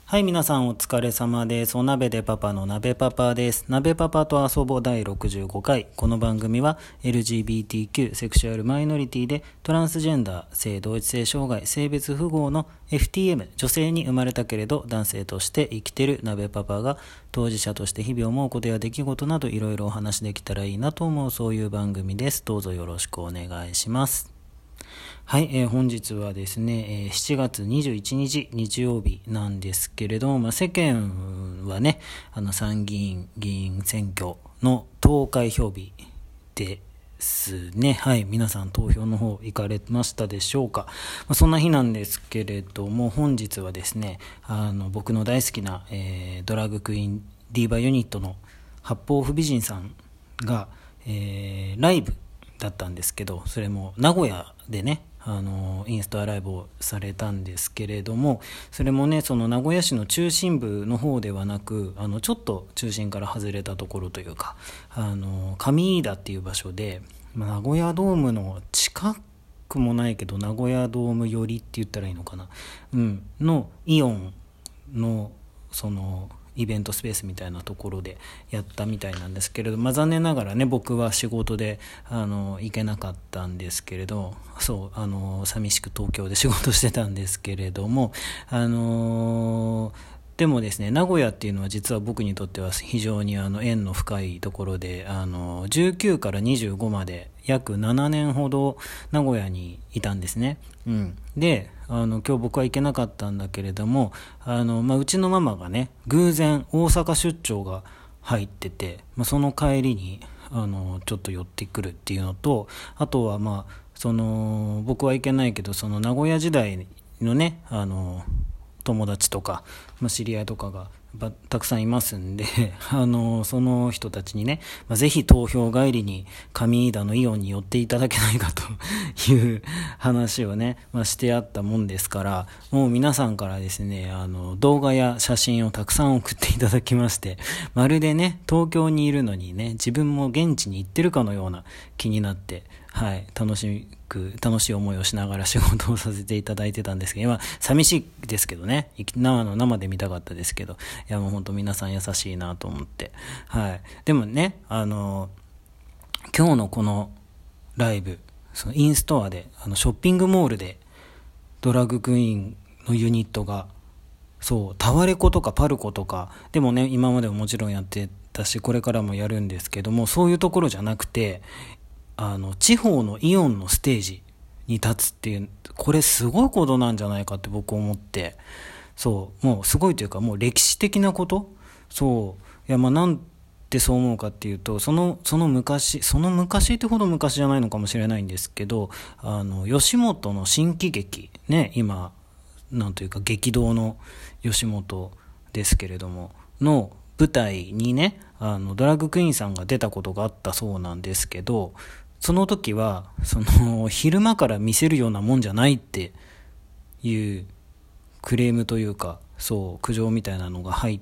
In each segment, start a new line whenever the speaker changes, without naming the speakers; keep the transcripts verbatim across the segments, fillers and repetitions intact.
はい、皆さんお疲れ様です。お鍋でパパの鍋パパです。鍋パパと遊ぼうだいろくじゅうごかい。この番組は エルジービーティーキュー、セクシュアルマイノリティでトランスジェンダー、性同一性障害、性別不合の エフティーエム、女性に生まれたけれど男性として生きてる鍋パパが当事者として日々思うことや出来事などいろいろお話できたらいいなと思う、そういう番組です。どうぞよろしくお願いします。はい、えー、本日はですね、えー、しちがつにじゅういちにち日曜日なんですけれども、まあ、世間はね、あの参議院議員選挙の投開票日ですね。はい、皆さん投票の方行かれましたでしょうか。まあ、そんな日なんですけれども、本日はですね、あの僕の大好きな、えー、ドラッグクイーンディーバユニットの八方不美人さんが、えー、ライブだったんですけど、それも名古屋でね、あのインスタライブをされたんですけれども、それもね、その名古屋市の中心部の方ではなく、あのちょっと中心から外れたところというか、あの上飯田っていう場所で、まあ、名古屋ドームの近くもないけど名古屋ドーム寄りって言ったらいいのかな、うん、のイオンのそのイベントスペースみたいなところでやったみたいなんですけれど、まあ、残念ながらね、僕は仕事であの行けなかったんですけれど、そうあの寂しく東京で仕事してたんですけれども、あのでもですね、名古屋っていうのは実は僕にとっては非常にあの縁の深いところで、あのじゅうきゅうからにじゅうごまで約ななねんほど名古屋にいたんですね。うん、であの今日僕は行けなかったんだけれども、あの、まあ、うちのママがね、偶然大阪出張が入ってて、まあ、その帰りにあのちょっと寄ってくるっていうのと、あとはまあその僕は行けないけど、その名古屋時代のね、あの友達とか、まあ、知り合いとかがたくさんいますんであのその人たちにね、まあ、ぜひ投票帰りに上飯田のイオンに寄っていただけないかという話をね、まあ、してあったもんですから、もう皆さんからですね、あの動画や写真をたくさん送っていただきまして、まるでね東京にいるのにね、自分も現地に行ってるかのような気になって、はい、楽しく楽しい思いをしながら仕事をさせていただいてたんですけど、今寂しいですけどね、生の生で見たかったですけど、いやもう本当皆さん優しいなと思って、はい。でもね、あの今日のこのライブ、そのインストアで、あのショッピングモールでドラッグクイーンのユニットが、そうタワレコとかパルコとかでもね、今までももちろんやってたし、これからもやるんですけども、そういうところじゃなくて、あの地方のイオンのステージに立つっていう、これすごいことなんじゃないかって僕思って、そうもうすごいというか、もう歴史的なこと、そういやまあなんでそう思うかっていうと、そのその昔その昔ってほど昔じゃないのかもしれないんですけど、あの吉本の新喜劇ね、今なんというか激動の吉本ですけれどもの舞台にね、あのドラッグクイーンさんが出たことがあったそうなんですけど、その時はその昼間から見せるようなもんじゃないっていうクレームというか、そう苦情みたいなのが入って、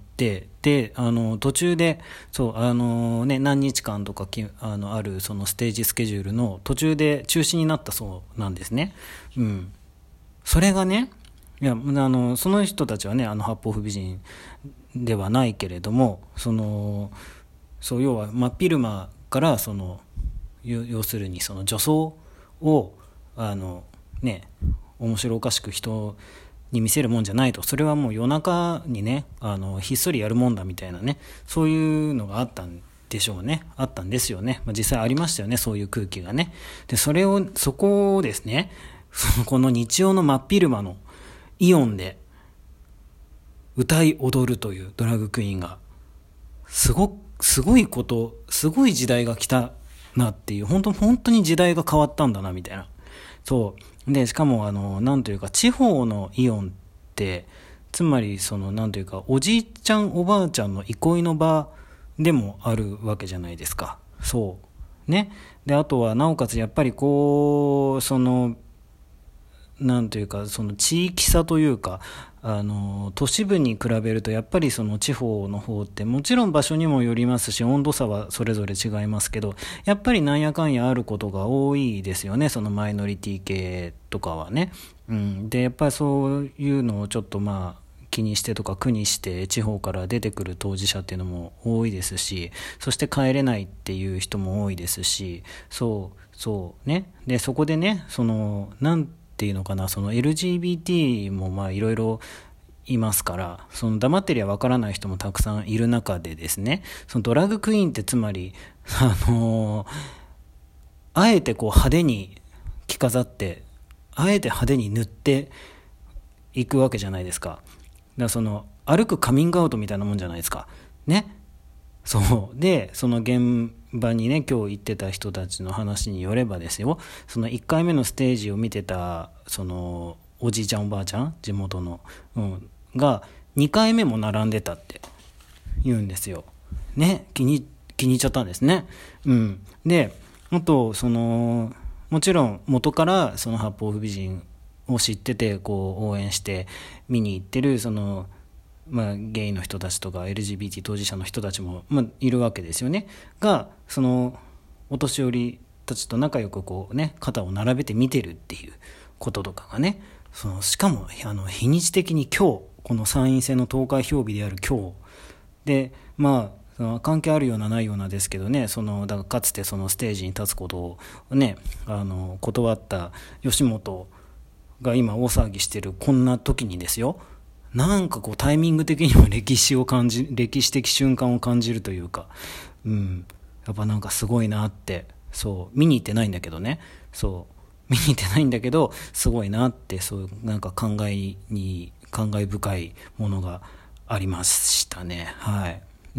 であの途中でそうあの、ね、何日間とかきあのあるそのステージスケジュールの途中で中止になったそうなんですね。うん、それがね、いやあのその人たちはね、あの八方不美人ではないけれども、そのそう要は真っ昼間からその要するにその女装をあのね面白おかしく人に見せるもんじゃないと、それはもう夜中にね、あのひっそりやるもんだみたいなね、そういうのがあったんでしょうね、あったんですよね、まあ、実際ありましたよね、そういう空気がね。でそれをそこをですね、そのこの日曜の真っ昼間のイオンで歌い踊るというドラッグクイーンが、すごすごいこと、すごい時代が来たなっていう、本当本当に時代が変わったんだなみたいな。そうでしかもあのなんというか、地方のイオンってつまりそのなんというか、おじいちゃんおばあちゃんの憩いの場でもあるわけじゃないですか。そうね。であとはなおかつやっぱりこうそのなんというか、その地域差というか、あの都市部に比べるとやっぱりその地方の方ってもちろん場所にもよりますし、温度差はそれぞれ違いますけど、やっぱりなんやかんやあることが多いですよね、そのマイノリティ系とかはね。うん、でやっぱりそういうのをちょっとまあ気にしてとか苦にして地方から出てくる当事者っていうのも多いですし、そして帰れないっていう人も多いですし、そうそうね。でそこでね、そのなんていうのかな、その エルジービーティー もまあいろいろいますから、その黙ってりゃわからない人もたくさんいる中でですね、そのドラッグクイーンってつまりあのあえてこう派手に着飾って、あえて派手に塗っていくわけじゃないですか。だからその歩くカミングアウトみたいなもんじゃないですかね。そうで、その現場にね今日行ってた人たちの話によればですよ、そのいっかいめのステージを見てたそのおじいちゃんおばあちゃん、地元の、うん、がにかいめも並んでたって言うんですよね。気に気に入っちゃったんですね。うん、であとそのもちろん元からその八方美人を知っててこう応援して見に行ってるその、まあ、ゲイの人たちとか エルジービーティー 当事者の人たちも、まあ、いるわけですよね。がそのお年寄りたちと仲良くこうね肩を並べて見てるっていうこととかがね、そのしかもあの日にち的に今日この参院選の投開票日である今日で、まあその関係あるようなないようなですけどね、そのだからかつてそのステージに立つことをねあの断った吉本が今大騒ぎしてるこんな時にですよ、なんかこうタイミング的にも歴史を感じ歴史的瞬間を感じるというか、うん、やっぱなんかすごいなって、そう見に行ってないんだけどね、そう見に行ってないんだけどすごいなって、そういうなんか考えに感慨深いものがありましたね。はい。うん。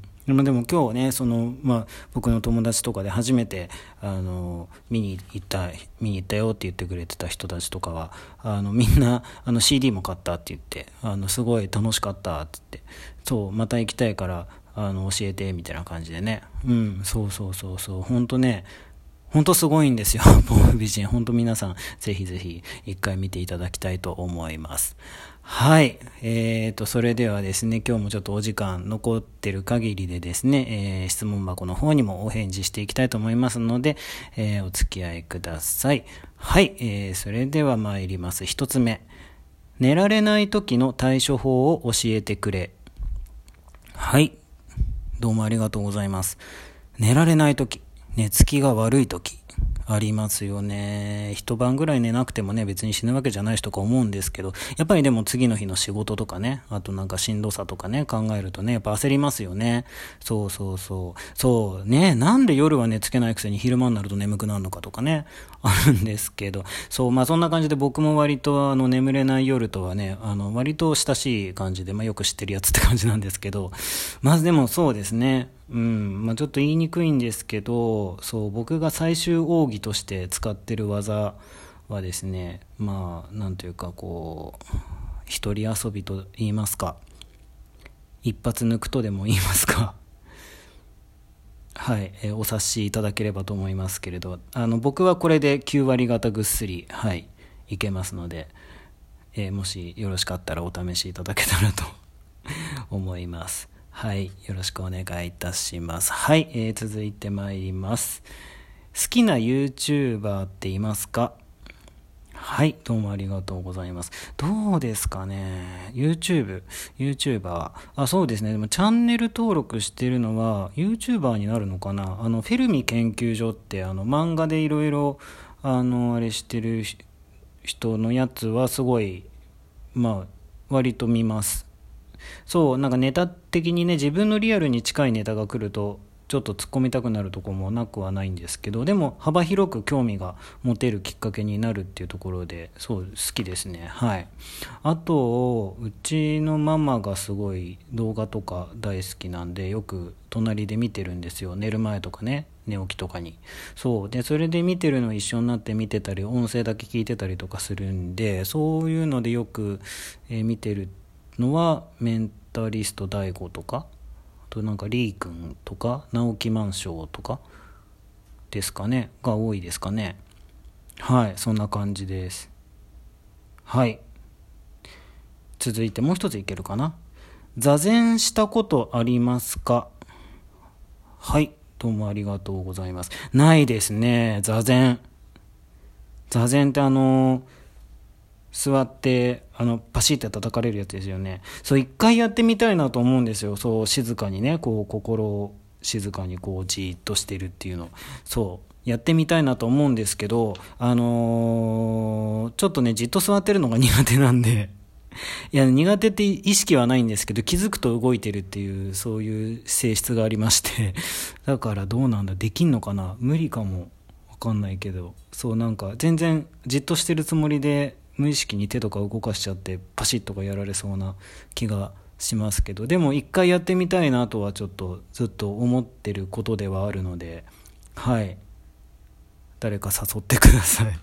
でもでも今日ねその、まあ、僕の友達とかで初めてあの見に行った見に行ったよって言ってくれてた人たちとかはあのみんなあの シーディー も買ったって言ってあのすごい楽しかったって言って、そうまた行きたいからあの教えてみたいな感じでね、うんそうそうそうそう本当ね本当すごいんですよポー美人。本当皆さんぜひぜひ一回見ていただきたいと思います。はい、えーとそれではですね、今日もちょっとお時間残ってる限りでですね、えー、質問箱の方にもお返事していきたいと思いますので、えー、お付き合いください。はい、えー、それでは参ります。一つ目、寝られない時の対処法を教えてくれ。はい、どうもありがとうございます。寝られない時、寝つきが悪い時ありますよね。一晩ぐらい寝なくてもね別に死ぬわけじゃないしとか思うんですけど、やっぱりでも次の日の仕事とかね、あとなんかしんどさとかね考えるとねやっぱ焦りますよね。そうそうそうそうね、なんで夜は寝つけないくせに昼間になると眠くなるのかとかねあるんですけど、そうまあそんな感じで僕も割とあの眠れない夜とはねあの割と親しい感じで、まあ、よく知ってるやつって感じなんですけど、まずでもそうですね、うんまあ、ちょっと言いにくいんですけど、そう僕が最終奥義として使ってる技はですね、まあなんというかこう一人遊びと言いますか、一発抜くとでも言いますかはい、えー、お察しいただければと思いますけれど、あの僕はこれできゅう割方ぐっすりはいいけますので、えー、もしよろしかったらお試しいただけたらと思います。はい、よろしくお願いいたします。はい、えー、続いてまいります。好きな YouTuber っていますか？はい、どうもありがとうございます。どうですかね、 YouTube、YouTuber、あ、そうですね、でもチャンネル登録してるのは YouTuber になるのかな。あのフェルミ研究所ってあの漫画でいろいろあのあれしてる人のやつはすごいまあ割と見ます。そうなんかネタ的にね自分のリアルに近いネタが来るとちょっと突っ込みたくなるところもなくはないんですけど、でも幅広く興味が持てるきっかけになるっていうところでそう好きですね。はい。あとうちのママがすごい動画とか大好きなんでよく隣で見てるんですよ、寝る前とかね寝起きとかに。そうでそれで見てるの一緒になって見てたり音声だけ聞いてたりとかするんで、そういうのでよく、えー見てるのはメンタリスト大悟とか、あとなんかリー君とか直木マンションとかですかねが多いですかね。はい、そんな感じです。はい、続いてもう一ついけるかな。座禅したことありますか？はい、どうもありがとうございます。ないですね。座禅座禅ってあの座ってあのパシッて叩かれるやつですよね。そう一回やってみたいなと思うんですよ。そう静かにねこう心を静かにこうじーっとしてるっていうのそうやってみたいなと思うんですけど、あのー、ちょっとねじっと座ってるのが苦手なんでいや苦手って意識はないんですけど気づくと動いてるっていうそういう性質がありましてだからどうなんだできんのかな無理かもわかんないけどそうなんか全然じっとしてるつもりで無意識に手とか動かしちゃってパシッとかやられそうな気がしますけどでも一回やってみたいなとはちょっとずっと思ってることではあるのではい誰か誘ってください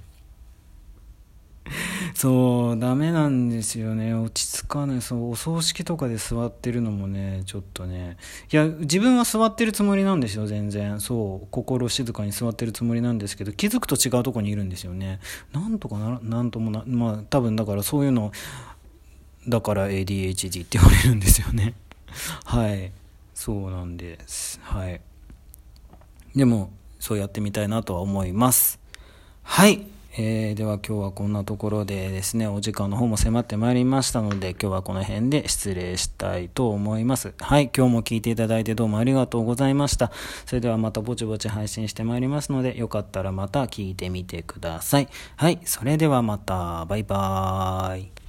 そうダメなんですよね落ち着かないそうお葬式とかで座ってるのもねちょっとねいや自分は座ってるつもりなんですよ全然そう心静かに座ってるつもりなんですけど気づくと違うとこにいるんですよねなんとかななんともなまあ多分だからそういうのだから エーディーエイチディー って言われるんですよねはいそうなんですはいでもそうやってみたいなとは思いますはい、えー、では今日はこんなところでですねお時間の方も迫ってまいりましたので今日はこの辺で失礼したいと思いますはい今日も聞いていただいてどうもありがとうございましたそれではまたぼちぼち配信してまいりますのでよかったらまた聞いてみてくださいはいそれではまたバイバーイ